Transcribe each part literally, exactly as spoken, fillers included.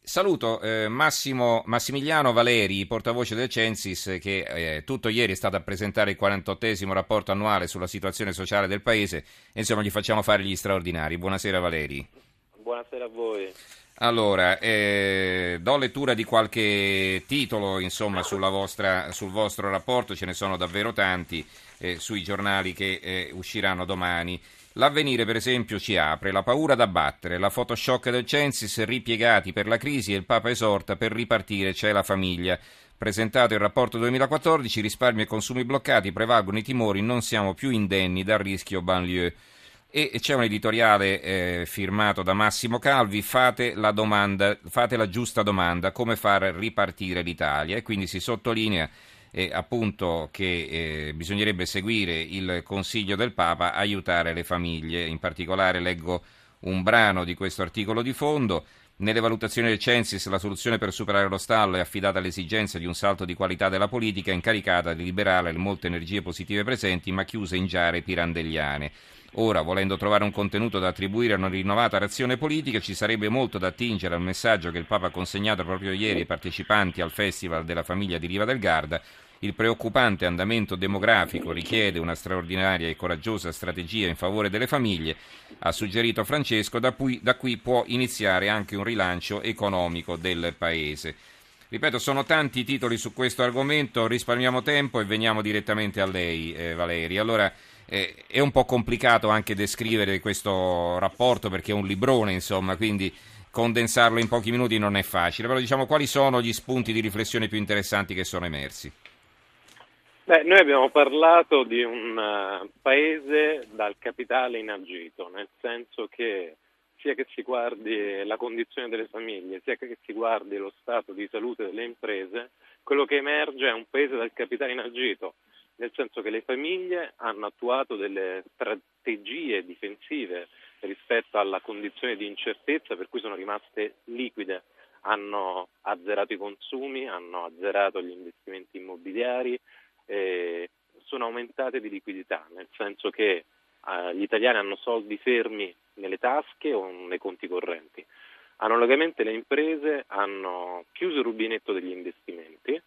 Saluto eh, Massimo Massimiliano Valeri, portavoce del Censis, che eh, tutto ieri è stato a presentare il quarantottesimo rapporto annuale sulla situazione sociale del paese e insomma gli facciamo fare gli straordinari. Buonasera Valeri. Buonasera a voi. Allora, eh, do lettura di qualche titolo insomma sulla vostra, sul vostro rapporto, ce ne sono davvero tanti eh, sui giornali che eh, usciranno domani. L'Avvenire, per esempio, ci apre: la paura da battere, la photoshock del Censis, ripiegati per la crisi e il Papa esorta: per ripartire c'è la famiglia. Presentato il rapporto duemilaquattordici, risparmi e consumi bloccati, prevalgono i timori, non siamo più indenni dal rischio banlieue. E c'è un editoriale eh, firmato da Massimo Calvi: fate la domanda, fate la giusta domanda, come far ripartire l'Italia, e quindi si sottolinea eh, appunto che eh, bisognerebbe seguire il consiglio del Papa, aiutare le famiglie. In particolare leggo un brano di questo articolo di fondo: nelle valutazioni del Censis la soluzione per superare lo stallo è affidata all'esigenza di un salto di qualità della politica, incaricata di liberare le molte energie positive presenti ma chiuse in giare pirandelliane. Ora, volendo trovare un contenuto da attribuire a una rinnovata reazione politica, ci sarebbe molto da attingere al messaggio che il Papa ha consegnato proprio ieri ai partecipanti al Festival della famiglia di Riva del Garda. Il preoccupante andamento demografico richiede una straordinaria e coraggiosa strategia in favore delle famiglie, ha suggerito Francesco. Da qui, da qui può iniziare anche un rilancio economico del Paese. Ripeto, sono tanti titoli su questo argomento, risparmiamo tempo e veniamo direttamente a lei, eh, Valeri. Allora, eh, è un po' complicato anche descrivere questo rapporto perché è un librone, insomma, quindi condensarlo in pochi minuti non è facile, però diciamo quali sono gli spunti di riflessione più interessanti che sono emersi. Beh, noi abbiamo parlato di un uh, paese dal capitale inagito, nel senso che sia che si guardi la condizione delle famiglie, sia che si guardi lo stato di salute delle imprese, quello che emerge è un paese dal capitale inagito, nel senso che le famiglie hanno attuato delle strategie difensive rispetto alla condizione di incertezza, per cui sono rimaste liquide, hanno azzerato i consumi, hanno azzerato gli investimenti immobiliari, eh, sono aumentate di liquidità, nel senso che eh, gli italiani hanno soldi fermi nelle tasche o nei conti correnti. Analogamente le imprese hanno chiuso il rubinetto degli investimenti,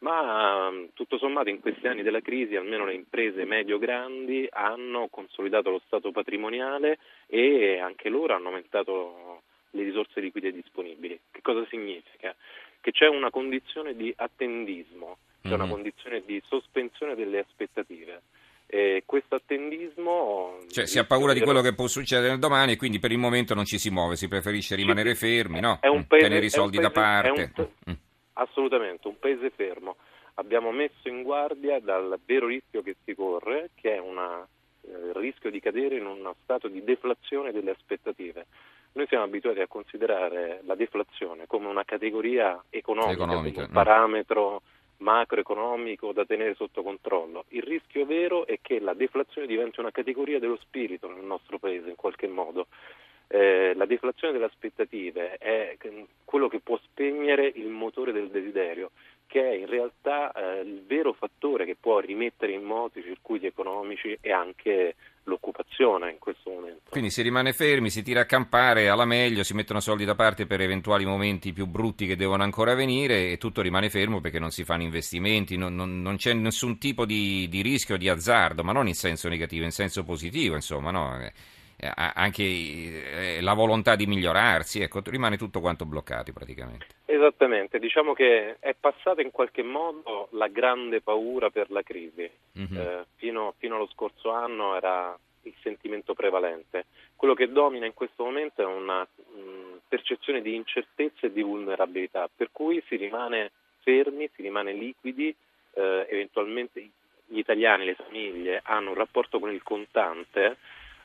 ma tutto sommato in questi anni della crisi almeno le imprese medio-grandi hanno consolidato lo stato patrimoniale e anche loro hanno aumentato le risorse liquide disponibili. Che cosa significa? Che c'è una condizione di attendismo, c'è mm-hmm. una condizione di sospensione delle aspettative. E questo attendismo, cioè si ha paura di quello che può succedere domani e quindi per il momento non ci si muove, si preferisce rimanere sì, fermi, no? È un paese, tenere i soldi paese, da parte. Un, mm. Assolutamente, un paese fermo. Abbiamo messo in guardia dal vero rischio che si corre, che è una, eh, il rischio di cadere in uno stato di deflazione delle aspettative. Noi siamo abituati a considerare la deflazione come una categoria economica, economica come un parametro macroeconomico da tenere sotto controllo. Il rischio vero è che la deflazione diventi una categoria dello spirito nel nostro paese in qualche modo. Eh, la deflazione delle aspettative è quello che può spegnere il motore del desiderio, che è in realtà eh, il vero fattore che può rimettere in moto i circuiti economici e anche l'occupazione in questo momento. Quindi si rimane fermi, si tira a campare alla meglio, si mettono soldi da parte per eventuali momenti più brutti che devono ancora venire e tutto rimane fermo perché non si fanno investimenti, non, non, non c'è nessun tipo di, di rischio, di azzardo, ma non in senso negativo, in senso positivo, insomma, no? Eh, anche eh, la volontà di migliorarsi, ecco, rimane tutto quanto bloccato praticamente. Esattamente, diciamo che è passata in qualche modo la grande paura per la crisi, mm-hmm. eh, fino, fino allo scorso anno era il sentimento prevalente. Quello che domina in questo momento è una mh, percezione di incertezza e di vulnerabilità, per cui si rimane fermi, si rimane liquidi, eh, eventualmente gli italiani, le famiglie hanno un rapporto con il contante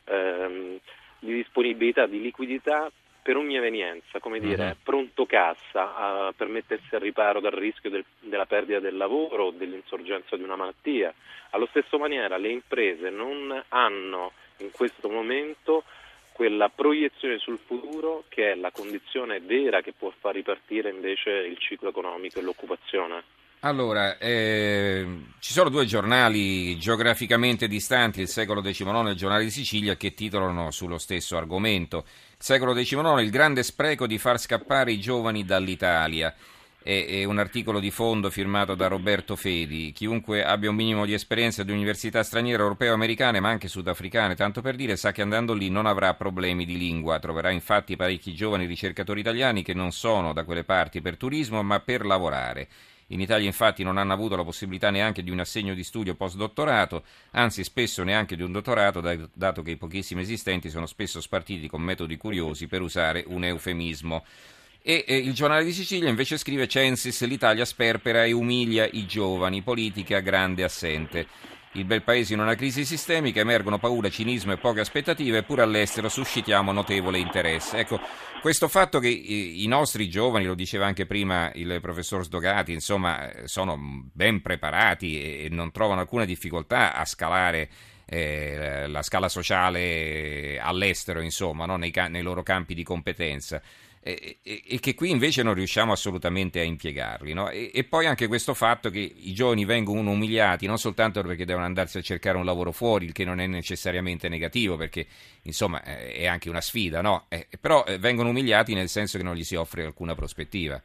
ehm, di disponibilità, di liquidità per ogni evenienza, come dire, uh-huh. pronto cassa uh, per mettersi al riparo dal rischio del, della perdita del lavoro o dell'insorgenza di una malattia. Allo stesso maniera le imprese non hanno in questo momento quella proiezione sul futuro che è la condizione vera che può far ripartire invece il ciclo economico e l'occupazione. Allora, eh, ci sono due giornali geograficamente distanti, il Secolo diciannove e il Giornale di Sicilia, che titolano sullo stesso argomento. Il Secolo diciannove, il grande spreco di far scappare i giovani dall'Italia. È, è un articolo di fondo firmato da Roberto Fedi. Chiunque abbia un minimo di esperienza di università straniere, europee o americane, ma anche sudafricane, tanto per dire, sa che andando lì non avrà problemi di lingua. Troverà infatti parecchi giovani ricercatori italiani che non sono da quelle parti per turismo, ma per lavorare. In Italia infatti non hanno avuto la possibilità neanche di un assegno di studio post-dottorato, anzi spesso neanche di un dottorato, dato che i pochissimi esistenti sono spesso spartiti con metodi curiosi, per usare un eufemismo. E eh, il Giornale di Sicilia invece scrive: Censis, l'Italia sperpera e umilia i giovani, politica grande assente. Il bel paese in una crisi sistemica, emergono paura, cinismo e poche aspettative, eppure all'estero suscitiamo notevole interesse. Ecco, questo fatto che i nostri giovani, lo diceva anche prima il professor Sdogati, insomma, sono ben preparati e non trovano alcuna difficoltà a scalare eh, la scala sociale all'estero, insomma, no? nei, nei loro campi di competenza. E, e, e che qui invece non riusciamo assolutamente a impiegarli, no? e, e poi anche questo fatto che i giovani vengono umiliati non soltanto perché devono andarsi a cercare un lavoro fuori, il che non è necessariamente negativo, perché insomma è anche una sfida, no? eh, però vengono umiliati nel senso che non gli si offre alcuna prospettiva.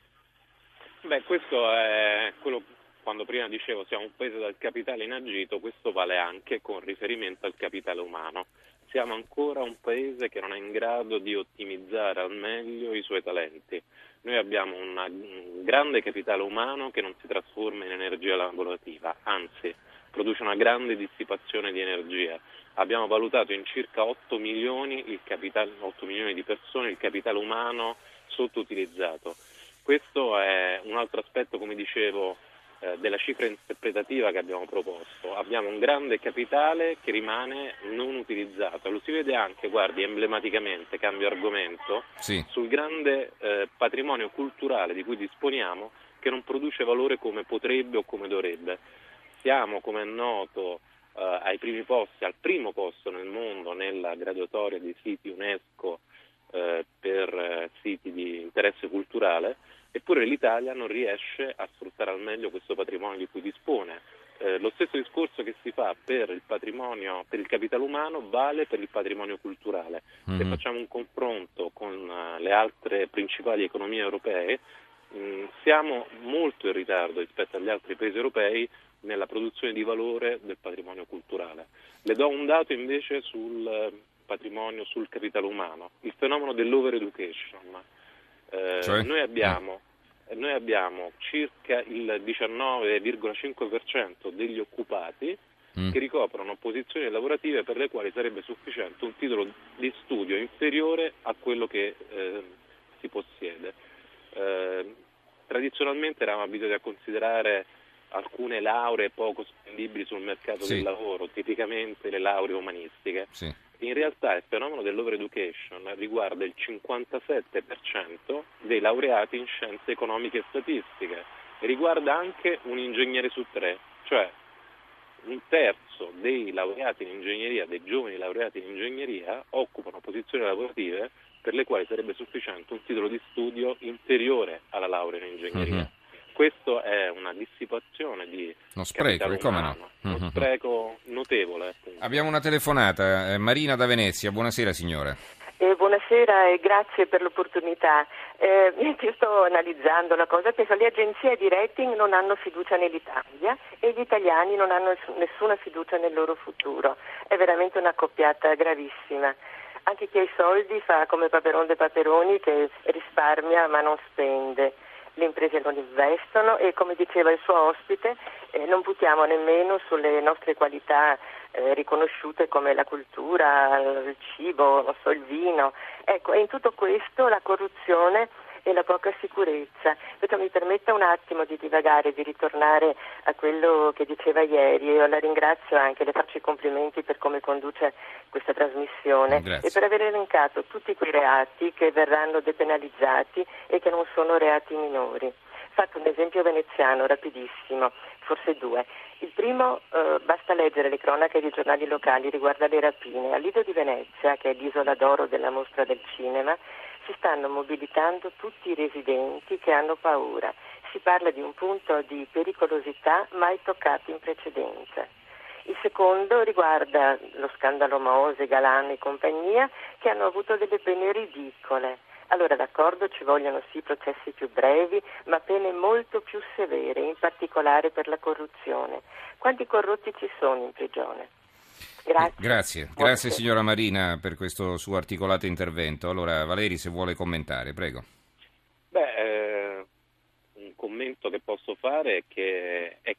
Beh, questo è quello, quando prima dicevo siamo un paese dal capitale inagito, questo vale anche con riferimento al capitale umano. Siamo ancora un paese che non è in grado di ottimizzare al meglio i suoi talenti. Noi abbiamo una, un grande capitale umano che non si trasforma in energia lavorativa, anzi produce una grande dissipazione di energia. Abbiamo valutato in circa otto milioni, il capitale, otto milioni di persone il capitale umano sottoutilizzato. Questo è un altro aspetto, come dicevo, della cifra interpretativa che abbiamo proposto. Abbiamo un grande capitale che rimane non utilizzato, lo si vede anche, guardi, emblematicamente, cambio argomento, sì. sul grande eh, patrimonio culturale di cui disponiamo, che non produce valore come potrebbe o come dovrebbe. Siamo, come è noto, eh, ai primi posti, al primo posto nel mondo nella graduatoria dei siti UNESCO eh, per eh, siti di interesse culturale. Eppure l'Italia non riesce a sfruttare al meglio questo patrimonio di cui dispone. Eh, lo stesso discorso che si fa per il patrimonio, per il capitale umano, vale per il patrimonio culturale. Mm-hmm. Se facciamo un confronto con uh, le altre principali economie europee, mh, siamo molto in ritardo rispetto agli altri paesi europei nella produzione di valore del patrimonio culturale. Le do un dato invece sul patrimonio, sul capitale umano, il fenomeno dell'over education. Eh, cioè? noi, abbiamo, eh. noi abbiamo circa il diciannove virgola cinque per cento degli occupati mm. che ricoprono posizioni lavorative per le quali sarebbe sufficiente un titolo di studio inferiore a quello che eh, si possiede. Eh, tradizionalmente eravamo abituati a considerare alcune lauree poco spendibili sul mercato sì. del lavoro, tipicamente le lauree umanistiche. Sì. In realtà il fenomeno dell'over-education riguarda il cinquantasette per cento dei laureati in scienze economiche e statistiche e riguarda anche un ingegnere su tre, cioè un terzo dei laureati in ingegneria, dei giovani laureati in ingegneria, occupano posizioni lavorative per le quali sarebbe sufficiente un titolo di studio inferiore alla laurea in ingegneria. Mm-hmm. Questo è una dissipazione di uno spreco, come no? Uno mm-hmm. spreco notevole. Appunto. Abbiamo una telefonata, eh, Marina da Venezia. Buonasera signora. Eh, buonasera e grazie per l'opportunità. Eh, io sto analizzando la cosa perché le agenzie di rating non hanno fiducia nell'Italia e gli italiani non hanno nessuna fiducia nel loro futuro. È veramente una coppiata gravissima. Anche chi ha i soldi fa come Paperon de Paperoni, che risparmia ma non spende. Le imprese non investono e, come diceva il suo ospite, eh, non puntiamo nemmeno sulle nostre qualità eh, riconosciute come la cultura, il cibo, non so, il vino. Ecco, e in tutto questo la corruzione e la poca sicurezza. Perché mi permetta un attimo di divagare, di ritornare a quello che diceva ieri. Io la ringrazio anche, le faccio i complimenti per come conduce questa trasmissione. Grazie. E per aver elencato tutti quei reati che verranno depenalizzati e che non sono reati minori. Fatto un esempio veneziano rapidissimo, forse due. Il primo, eh, basta leggere le cronache dei giornali locali riguardo alle rapine. Al Lido di Venezia, che è l'isola d'oro della mostra del cinema, si stanno mobilitando tutti i residenti che hanno paura. Si parla di un punto di pericolosità mai toccato in precedenza. Il secondo riguarda lo scandalo Mose, Galan e compagnia, che hanno avuto delle pene ridicole. Allora d'accordo, ci vogliono sì processi più brevi, ma pene molto più severe, in particolare per la corruzione. Quanti corrotti ci sono in prigione? Grazie. Grazie, grazie signora Marina per questo suo articolato intervento. Allora Valeri, se vuole commentare, prego. Beh, eh, un commento che posso fare è che è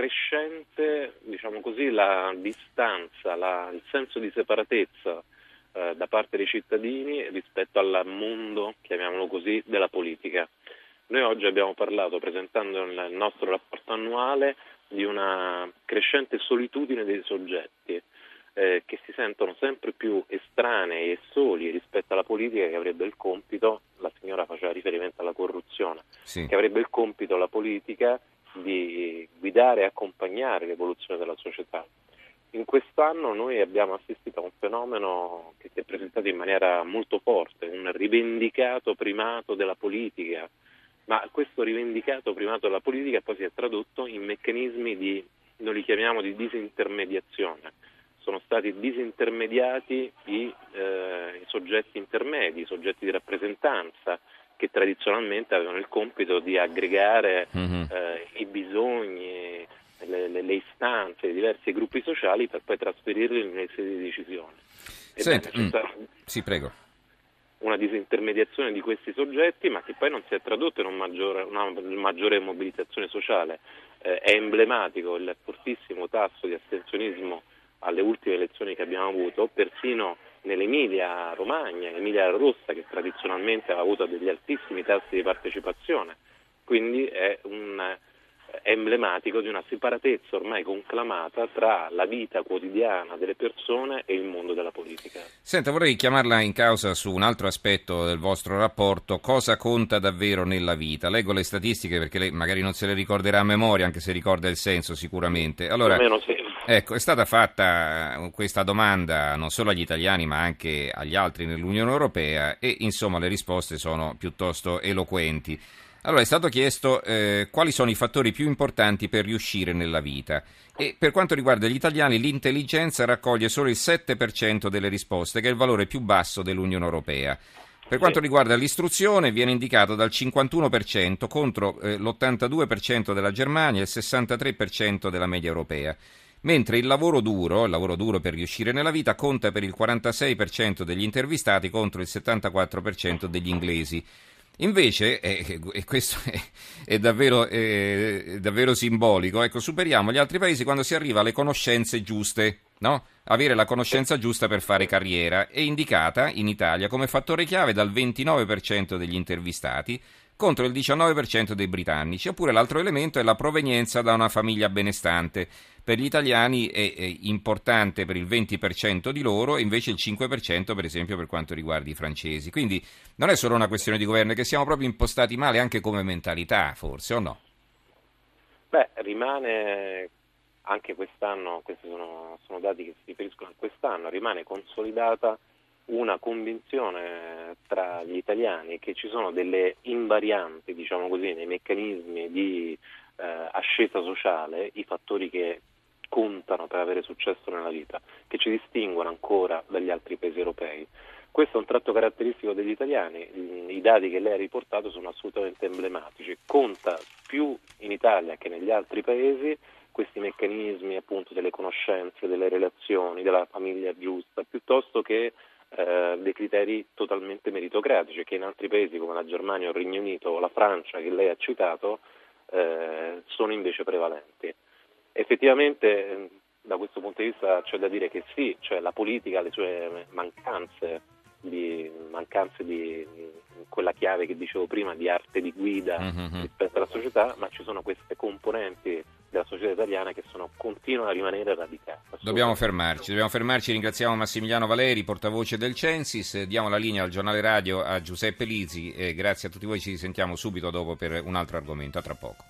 crescente, diciamo così, la distanza, la, il senso di separatezza eh, da parte dei cittadini rispetto al mondo, chiamiamolo così, della politica. Noi oggi abbiamo parlato, presentando il nostro rapporto annuale, di una crescente solitudine dei soggetti eh, che si sentono sempre più estranei e soli rispetto alla politica, che avrebbe il compito, la signora faceva riferimento alla corruzione, sì. che avrebbe il compito, la politica, di guidare e accompagnare l'evoluzione della società. In quest'anno noi abbiamo assistito a un fenomeno che si è presentato in maniera molto forte, un rivendicato primato della politica, ma questo rivendicato primato della politica poi si è tradotto in meccanismi di, noi li chiamiamo di disintermediazione. Sono stati disintermediati i, eh, i soggetti intermedi, i soggetti di rappresentanza, che tradizionalmente avevano il compito di aggregare mm-hmm. eh, i bisogni, le, le, le istanze di diversi gruppi sociali per poi trasferirli nelle sedi di decisione. Senta, mm, sì, prego. Una disintermediazione di questi soggetti, ma che poi non si è tradotto in un maggiore, una maggiore mobilitazione sociale. Eh, è emblematico il fortissimo tasso di astensionismo alle ultime elezioni che abbiamo avuto, persino nell'Emilia Romagna, Emilia Rossa, che tradizionalmente aveva avuto degli altissimi tassi di partecipazione. Quindi è un è emblematico di una separatezza ormai conclamata tra la vita quotidiana delle persone e il mondo della politica. Senta, vorrei chiamarla in causa su un altro aspetto del vostro rapporto: cosa conta davvero nella vita? Leggo le statistiche perché lei magari non se le ricorderà a memoria, anche se ricorda il senso sicuramente. Allora, più o meno sì. Ecco, è stata fatta questa domanda non solo agli italiani ma anche agli altri nell'Unione Europea e insomma le risposte sono piuttosto eloquenti. Allora è stato chiesto eh, quali sono i fattori più importanti per riuscire nella vita e per quanto riguarda gli italiani l'intelligenza raccoglie solo il sette per cento delle risposte, che è il valore più basso dell'Unione Europea. Per quanto riguarda l'istruzione viene indicato dal cinquantuno per cento contro eh, l'ottantadue per cento della Germania e il sessantatré per cento della media europea. Mentre il lavoro duro, il lavoro duro per riuscire nella vita, conta per il quarantasei per cento degli intervistati contro il settantaquattro per cento degli inglesi. Invece, e eh, questo è, è, davvero, eh, è davvero simbolico, ecco, superiamo gli altri paesi quando si arriva alle conoscenze giuste, no? Avere la conoscenza giusta per fare carriera è indicata in Italia come fattore chiave dal ventinove per cento degli intervistati contro il diciannove per cento dei britannici, oppure l'altro elemento è la provenienza da una famiglia benestante. Per gli italiani è, è importante per il venti per cento di loro, invece il cinque per cento per esempio per quanto riguarda i francesi. Quindi non è solo una questione di governo, è che siamo proprio impostati male anche come mentalità, forse, o no? Beh, rimane anche quest'anno, questi sono, sono dati che si riferiscono a quest'anno, rimane consolidata una convinzione tra gli italiani che ci sono delle invarianti, diciamo così, nei meccanismi di eh, ascesa sociale, i fattori che contano per avere successo nella vita, che ci distinguono ancora dagli altri paesi europei. Questo è un tratto caratteristico degli italiani, i dati che lei ha riportato sono assolutamente emblematici. Conta più in Italia che negli altri paesi questi meccanismi appunto delle conoscenze, delle relazioni, della famiglia giusta, piuttosto che eh, dei criteri totalmente meritocratici che in altri paesi come la Germania, il Regno Unito o la Francia che lei ha citato eh, sono invece prevalenti. Effettivamente da questo punto di vista c'è da dire che sì, cioè la politica ha le sue mancanze di mancanze di quella chiave che dicevo prima di arte di guida mm-hmm. rispetto alla società, ma ci sono queste componenti della società italiana che sono, continuano a rimanere radicate. Dobbiamo fermarci, dobbiamo fermarci. Ringraziamo Massimiliano Valeri, portavoce del Censis, diamo la linea al giornale radio a Giuseppe Lisi e grazie a tutti voi, ci sentiamo subito dopo per un altro argomento. A tra poco.